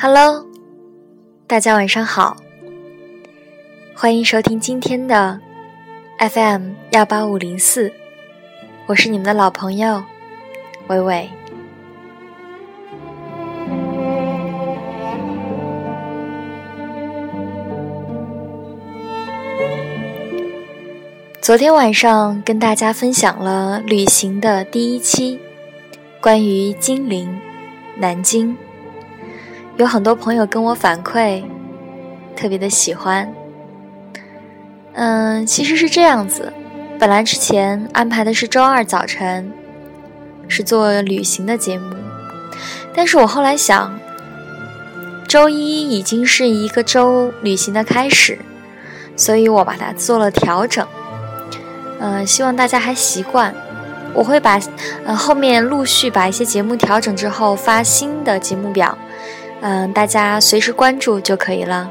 Hello， 大家晚上好，欢迎收听今天的 FM18504，我是你们的老朋友伟伟。昨天晚上跟大家分享了旅行的第一期，关于金陵、南京，有很多朋友跟我反馈，特别的喜欢。其实是这样子，本来之前安排的是周二早晨，是做旅行的节目，但是我后来想，周一已经是一个周旅行的开始，所以我把它做了调整。希望大家还习惯，我会把后面陆续把一些节目调整之后发新的节目表，大家随时关注就可以了。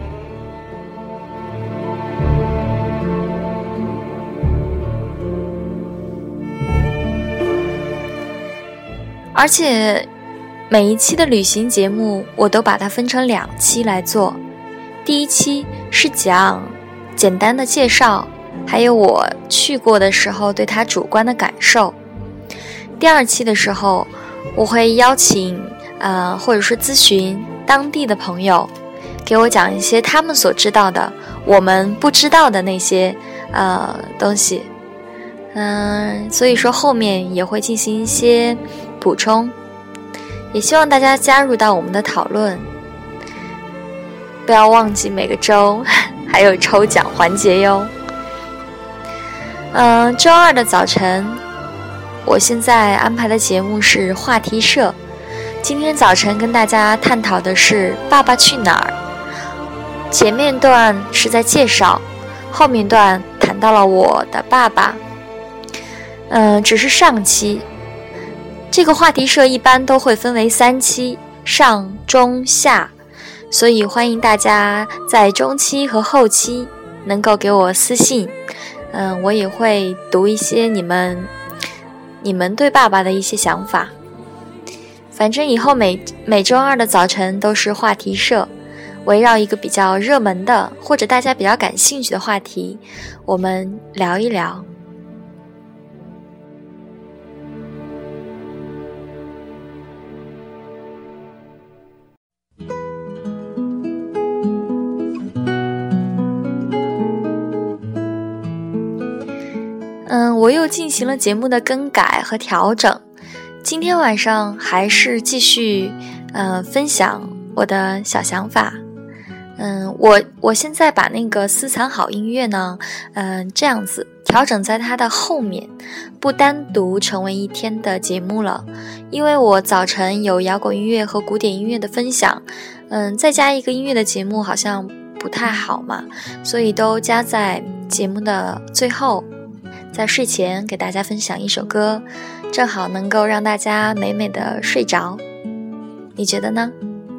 而且每一期的旅行节目我都把它分成2期来做，第一期是讲简单的介绍，还有我去过的时候对它主观的感受。第2期的时候，我会邀请或者是咨询当地的朋友，给我讲一些他们所知道的我们不知道的那些东西。所以说后面也会进行一些补充，也希望大家加入到我们的讨论。不要忘记每个周还有抽奖环节哟。周二的早晨，我现在安排的节目是话题社。今天早晨跟大家探讨的是《爸爸去哪儿》，前面段是在介绍，后面段谈到了我的爸爸。只是上期，这个话题社一般都会分为3期，上、中、下，所以欢迎大家在中期和后期能够给我私信。我也会读一些你们对爸爸的一些想法。反正以后每周二的早晨都是话题社，围绕一个比较热门的或者大家比较感兴趣的话题，我们聊一聊。我又进行了节目的更改和调整，今天晚上还是继续分享我的小想法。我现在把那个私藏好音乐呢，这样子调整在它的后面，不单独成为一天的节目了，因为我早晨有摇滚音乐和古典音乐的分享，再加一个音乐的节目好像不太好嘛，所以都加在节目的最后，在睡前给大家分享一首歌，正好能够让大家美美的睡着，你觉得呢？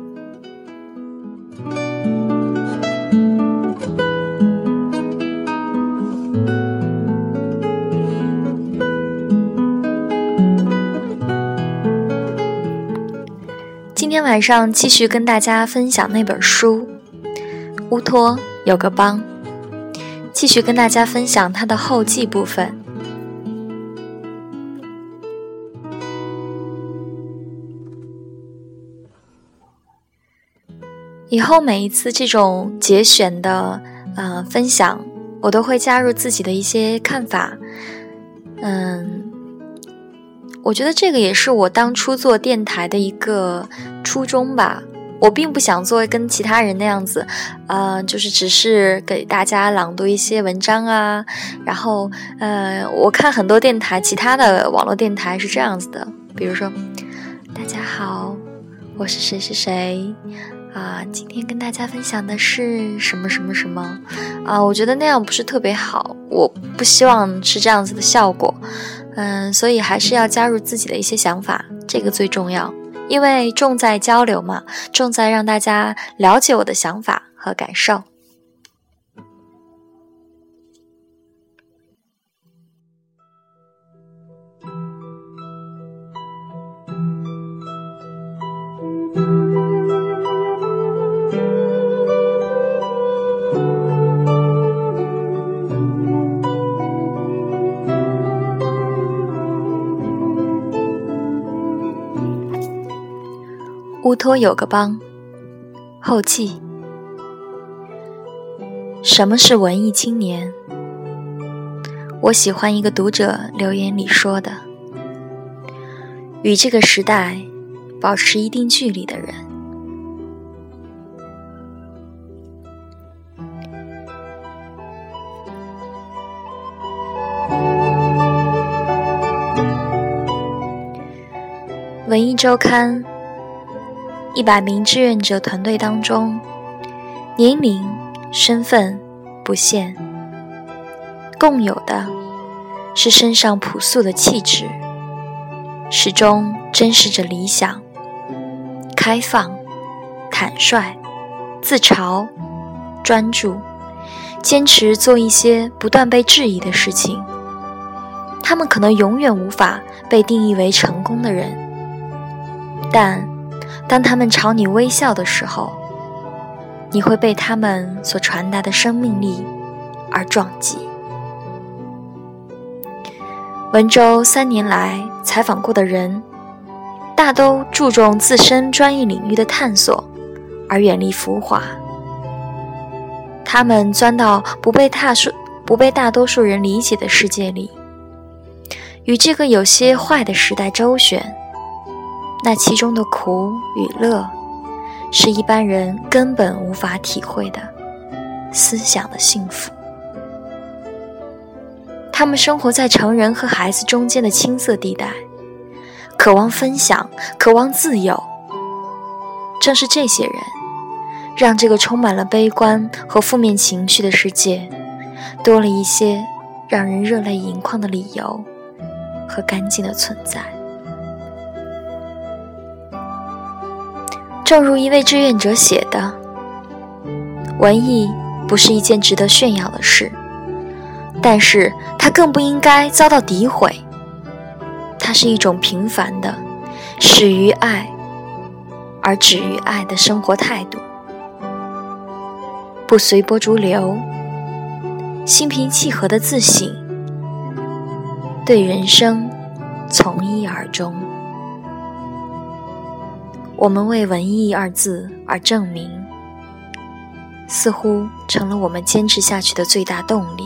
今天晚上继续跟大家分享那本书《乌托有个邦》，继续跟大家分享它的后记部分。以后每一次这种节选的分享，我都会加入自己的一些看法。我觉得这个也是我当初做电台的一个初衷吧。我并不想做跟其他人那样子，就是只是给大家朗读一些文章啊。然后，我看很多电台，其他的网络电台是这样子的，比如说，大家好，我是谁谁谁，今天跟大家分享的是什么什么什么，我觉得那样不是特别好，我不希望是这样子的效果。所以还是要加入自己的一些想法，这个最重要。因为重在交流嘛，重在让大家了解我的想法和感受。 托有个帮。后记。什么是文艺青年？我喜欢一个读者留言里说的，与这个时代保持一定距离的人。文艺周刊100名志愿者团队当中，年龄、身份不限，共有的是身上朴素的气质，始终珍视着理想，开放、坦率、自嘲、专注，坚持做一些不断被质疑的事情。他们可能永远无法被定义为成功的人，但当他们朝你微笑的时候，你会被他们所传达的生命力而撞击。文周3年来采访过的人，大都注重自身专业领域的探索，而远离浮华。他们钻到不被大多数人理解的世界里，与这个有些坏的时代周旋，那其中的苦与乐，是一般人根本无法体会的思想的幸福。他们生活在成人和孩子中间的青涩地带，渴望分享，渴望自由。正是这些人，让这个充满了悲观和负面情绪的世界，多了一些让人热泪盈眶的理由和干净的存在。正如一位志愿者写的，文艺不是一件值得炫耀的事，但是它更不应该遭到诋毁。它是一种平凡的始于爱而止于爱的生活态度，不随波逐流，心平气和的自省，对人生从一而终。我们为文艺2字而证明，似乎成了我们坚持下去的最大动力。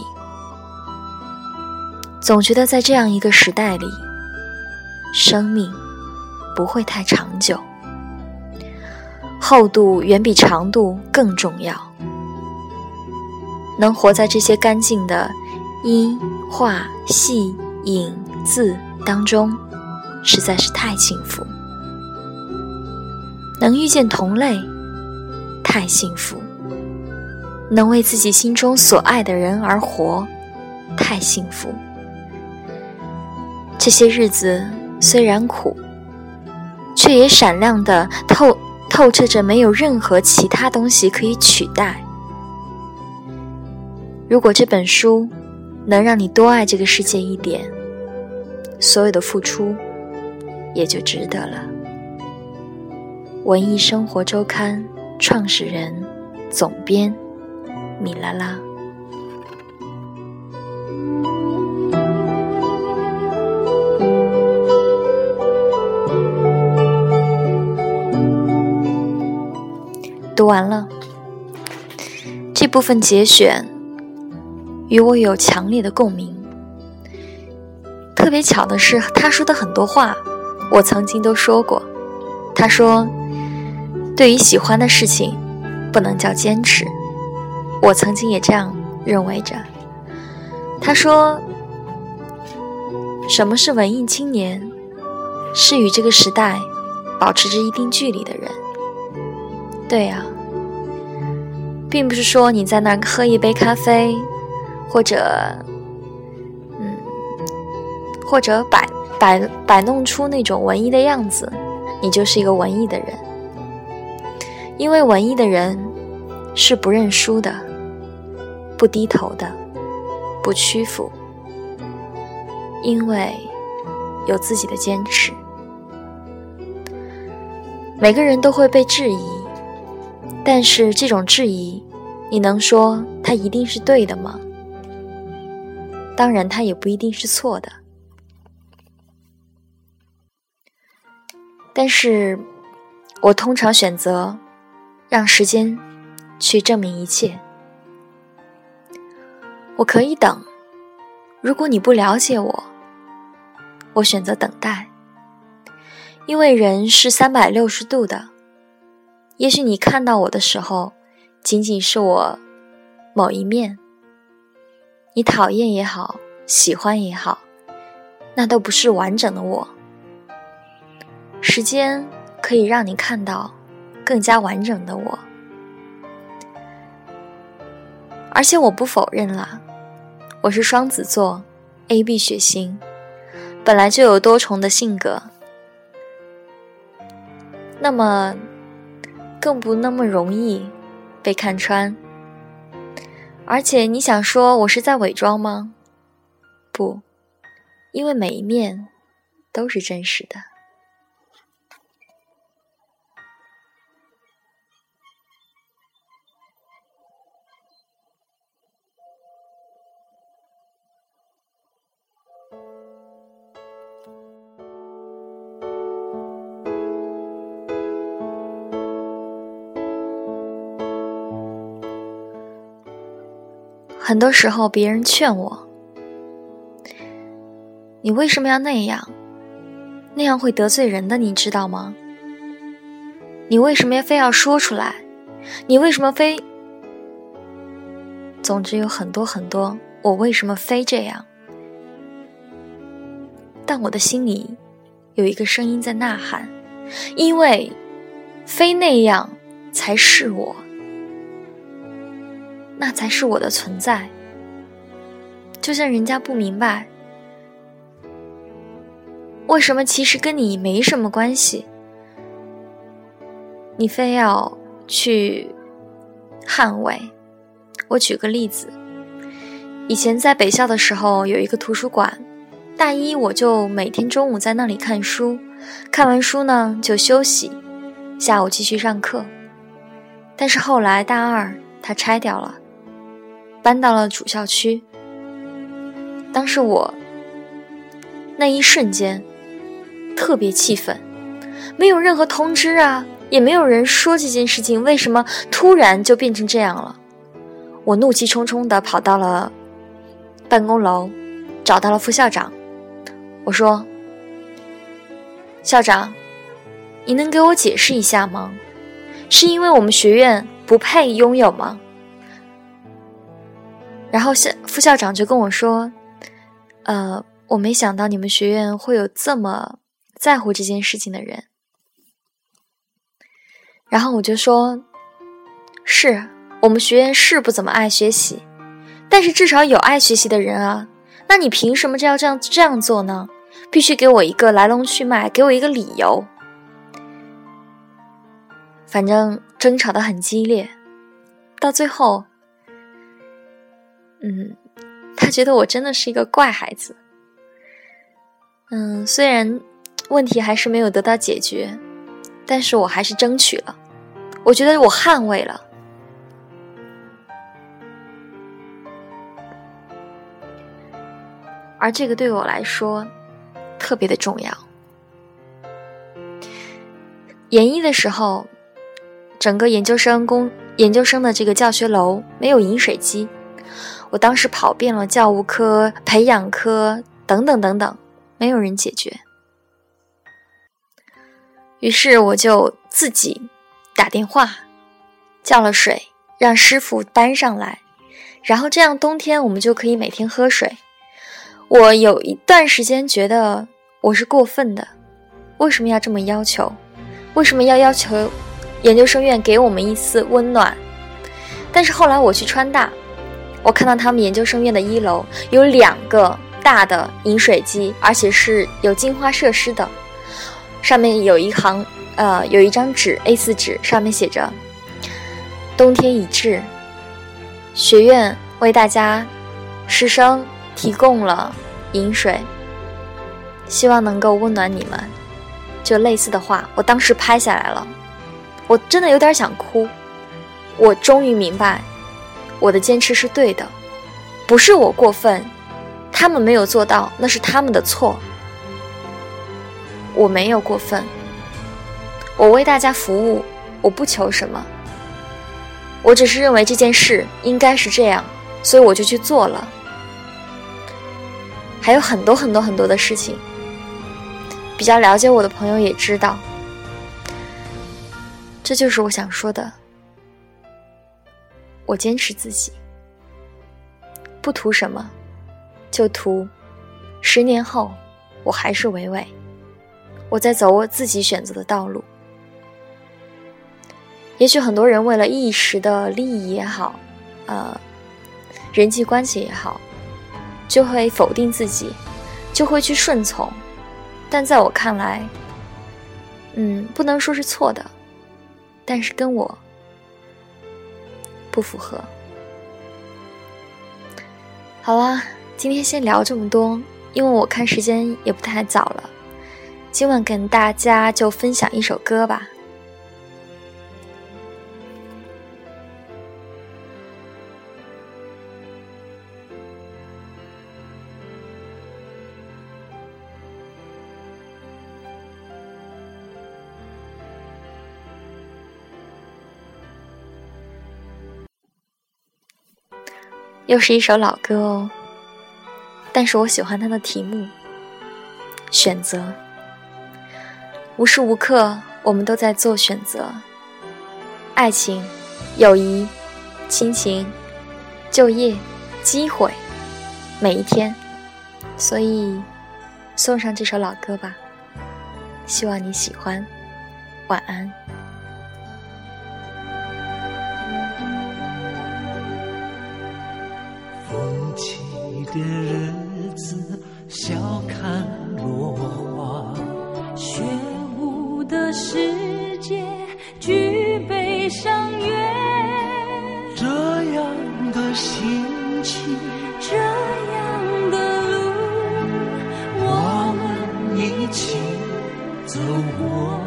总觉得在这样一个时代里，生命不会太长久，厚度远比长度更重要。能活在这些干净的音、画、戏、影、字当中，实在是太幸福。能遇见同类，太幸福；能为自己心中所爱的人而活，太幸福。这些日子虽然苦，却也闪亮地透彻着没有任何其他东西可以取代。如果这本书能让你多爱这个世界一点，所有的付出也就值得了。文艺生活周刊创始人、总编米拉拉。读完了，这部分节选与我有强烈的共鸣。特别巧的是，他说的很多话我曾经都说过。他说，对于喜欢的事情不能叫坚持，我曾经也这样认为着。他说，什么是文艺青年？是与这个时代保持着一定距离的人。对啊，并不是说你在那儿喝一杯咖啡，或者摆弄出那种文艺的样子，你就是一个文艺的人。因为文艺的人是不认输的，不低头的，不屈服，因为有自己的坚持。每个人都会被质疑，但是这种质疑，你能说它一定是对的吗？当然它也不一定是错的。但是我通常选择让时间去证明一切。我可以等，如果你不了解我，我选择等待。因为人是360度的，也许你看到我的时候，仅仅是我某一面，你讨厌也好，喜欢也好，那都不是完整的我。时间可以让你看到更加完整的我。而且我不否认啦，我是双子座 AB 血型，本来就有多重的性格，那么更不那么容易被看穿。而且你想说我是在伪装吗？不，因为每一面都是真实的。很多时候别人劝我，你为什么要那样？那样会得罪人的，你知道吗？你为什么非要说出来？你为什么非……总之有很多很多，我为什么非这样？但我的心里有一个声音在呐喊，因为非那样才是我，那才是我的存在。就像人家不明白，为什么其实跟你没什么关系，你非要去捍卫。我举个例子，以前在北校的时候有一个图书馆，大一我就每天中午在那里看书，看完书呢就休息，下午继续上课。但是后来大二它拆掉了，搬到了主校区。当时我那一瞬间特别气愤，没有任何通知啊，也没有人说这件事情，为什么突然就变成这样了？我怒气冲冲地跑到了办公楼，找到了副校长。我说，校长，你能给我解释一下吗？是因为我们学院不配拥有吗？然后副校长就跟我说，我没想到你们学院会有这么在乎这件事情的人。然后我就说，是我们学院是不怎么爱学习，但是至少有爱学习的人啊，那你凭什么要这样做呢？必须给我一个来龙去脉，给我一个理由。反正争吵得很激烈，到最后他觉得我真的是一个怪孩子。虽然问题还是没有得到解决，但是我还是争取了，我觉得我捍卫了。而这个对我来说特别的重要。研一的时候，整个研究生的这个教学楼没有饮水机，我当时跑遍了教务科、培养科等等等等，没有人解决。于是我就自己打电话叫了水，让师傅搬上来，然后这样冬天我们就可以每天喝水。我有一段时间觉得我是过分的，为什么要这么要求？为什么要求研究生院给我们一丝温暖？但是后来我去川大，我看到他们研究生院的1楼有2个大的饮水机，而且是有净化设施的，上面有一张纸 A4 纸，上面写着冬天已至，学院为大家师生提供了饮水，希望能够温暖你们，就类似的话，我当时拍下来了，我真的有点想哭。我终于明白我的坚持是对的，不是我过分，他们没有做到，那是他们的错，我没有过分， 我为大家服务，我不求什么，我只是认为这件事应该是这样，所以我就去做了。还有很多很多很多的事情，比较了解我的朋友也知道，这就是我想说的。我坚持自己，不图什么，就图10年后我还是伟伟，我在走我自己选择的道路。也许很多人为了一时的利益也好，人际关系也好，就会否定自己，就会去顺从，但在我看来，不能说是错的，但是跟我不符合。好啦，今天先聊这么多，因为我看时间也不太早了，今晚跟大家就分享一首歌吧。又是一首老歌哦，但是我喜欢它的题目，选择。无时无刻我们都在做选择，爱情、友谊、亲情、就业、机会，每一天。所以送上这首老歌吧，希望你喜欢，晚安。 风起的日子，笑看落花， 雪舞的世界，举杯赏月。 这样的心情， 这样的路，我们一起走过。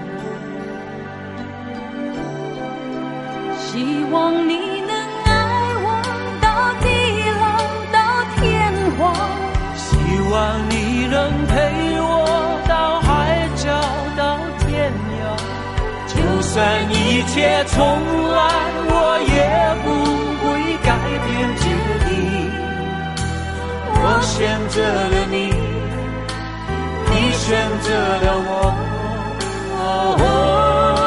希望你能爱我到地老到天荒， 希望你能陪我到海角到天涯。就算一切重来，我也不会改变决定。我选择了你，你选择了我。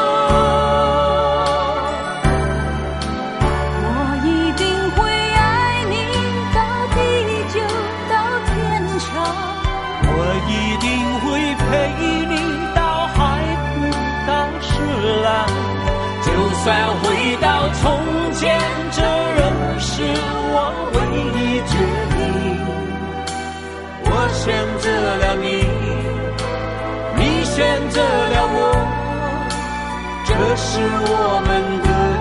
就算回到从前，这仍是我唯一决定。我选择了你，你选择了我，这是我们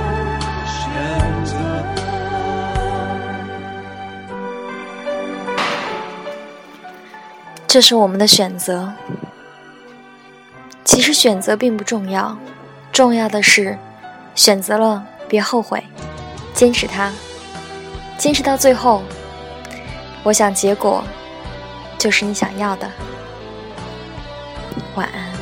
的选择。这是我们的选择。其实选择并不重要，重要的是选择了别后悔，坚持它，坚持到最后，我想结果就是你想要的。晚安。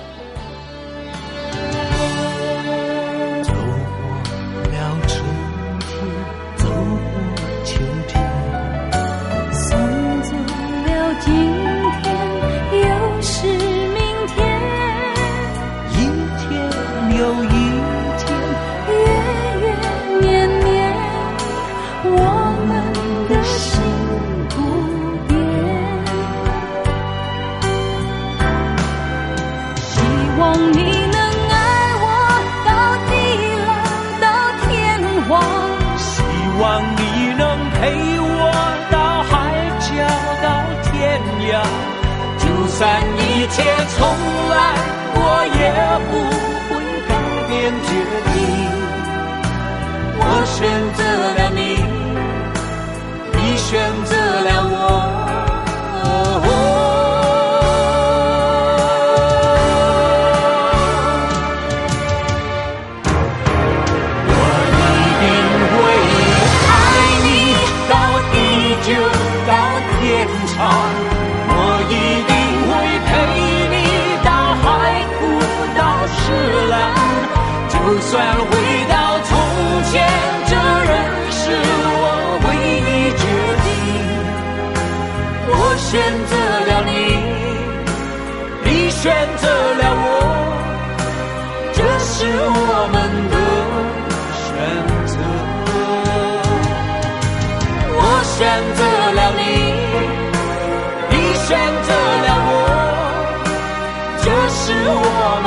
走过了春天，走过秋天， 送走了今天，又是明天， 一天又一天， 月月年年，我们的心不变。希望你能爱我到地老到天荒， 希望你能陪我到海角到天涯。就算一切重来，我也不会改变决定。我选择了你，你选择了我。我一定会陪你到海枯到石选择了你，你选择了我，这是我们的选择。我选择了你，你选择了我，这是我们